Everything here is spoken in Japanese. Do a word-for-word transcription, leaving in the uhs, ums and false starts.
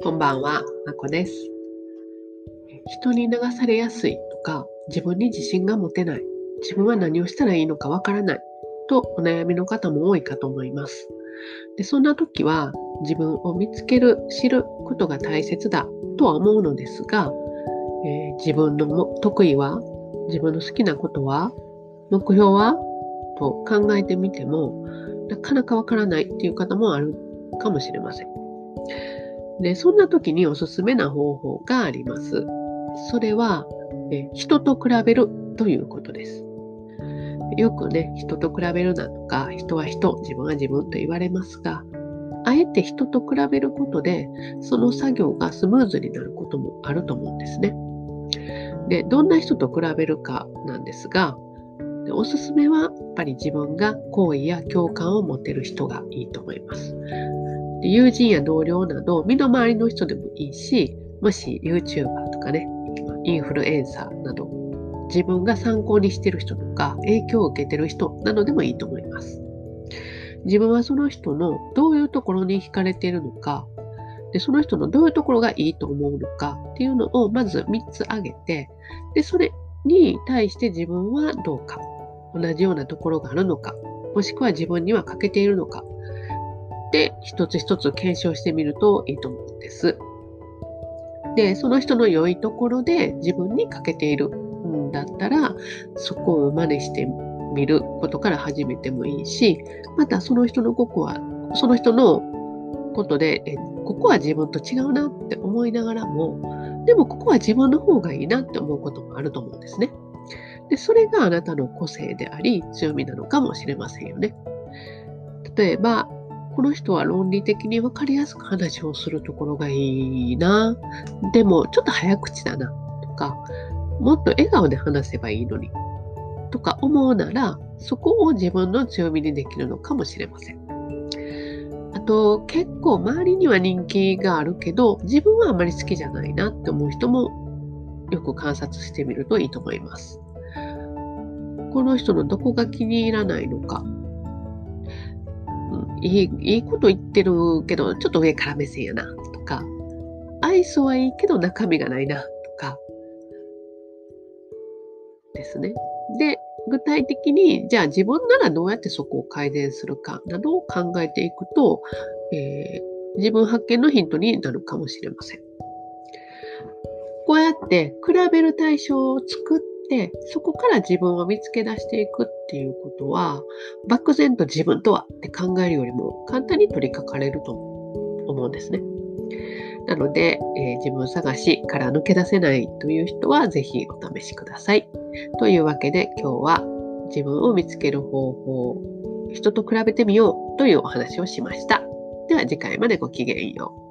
こんばんは、まこです。人に流されやすいとか、自分に自信が持てない、自分は何をしたらいいのかわからないとお悩みの方も多いかと思います。で、そんな時は自分を見つける、知ることが大切だとは思うのですが、えー自分のも得意は、自分の好きなことは、目標はと考えてみても、なかなかわからないっていう方もあるかもしれません。で、そんな時におすすめな方法があります。それは、え人と比べるということです。よくね、人と比べるなとか、人は人、自分は自分と言われますが、あえて人と比べることで、その作業がスムーズになることもあると思うんですね。で、どんな人と比べるかなんですが、でおすすめはやっぱり自分が好意や共感を持てる人がいいと思います。で友人や同僚など身の回りの人でもいいし、もし YouTuber とかね、インフルエンサーなど、自分が参考にしている人とか影響を受けている人などでもいいと思います。自分はその人のどういうところに惹かれているのか、でその人のどういうところがいいと思うのかっていうのをまずみっつ挙げて、でそれに対して自分はどうか、同じようなところがあるのか、もしくは自分には欠けているのかで一つ一つ検証してみるといいと思うんです。で、その人の良いところで自分に欠けているんだったら、そこを真似してみることから始めてもいいし、またその人のここは、その人のことで、えここは自分と違うなって思いながらも、でもここは自分の方がいいなって思うこともあると思うんですね。で、それがあなたの個性であり、強みなのかもしれませんよね。例えば、この人は論理的に分かりやすく話をするところがいいな。でも、ちょっと早口だな。とか、もっと笑顔で話せばいいのに。とか思うなら、そこを自分の強みにできるのかもしれません。あと、結構周りには人気があるけど、自分はあまり好きじゃないなって思う人もよく観察してみるといいと思います。この人のどこが気に入らないのか。うん、いいいいこと言ってるけど、ちょっと上から目線やなとか、愛想はいいけど中身がないなとかですね。で、具体的に、じゃあ自分ならどうやってそこを改善するかなどを考えていくと、えー自分発見のヒントになるかもしれません。こうやって比べる対象を作って、そこから自分を見つけ出していくっていうことは、漠然と自分とはって考えるよりも簡単に取り掛かれると思うんですね。なので、えー自分探しから抜け出せないという人はぜひお試しください。というわけで今日は自分を見つける方法、人と比べてみようというお話をしました。では次回までごきげんよう。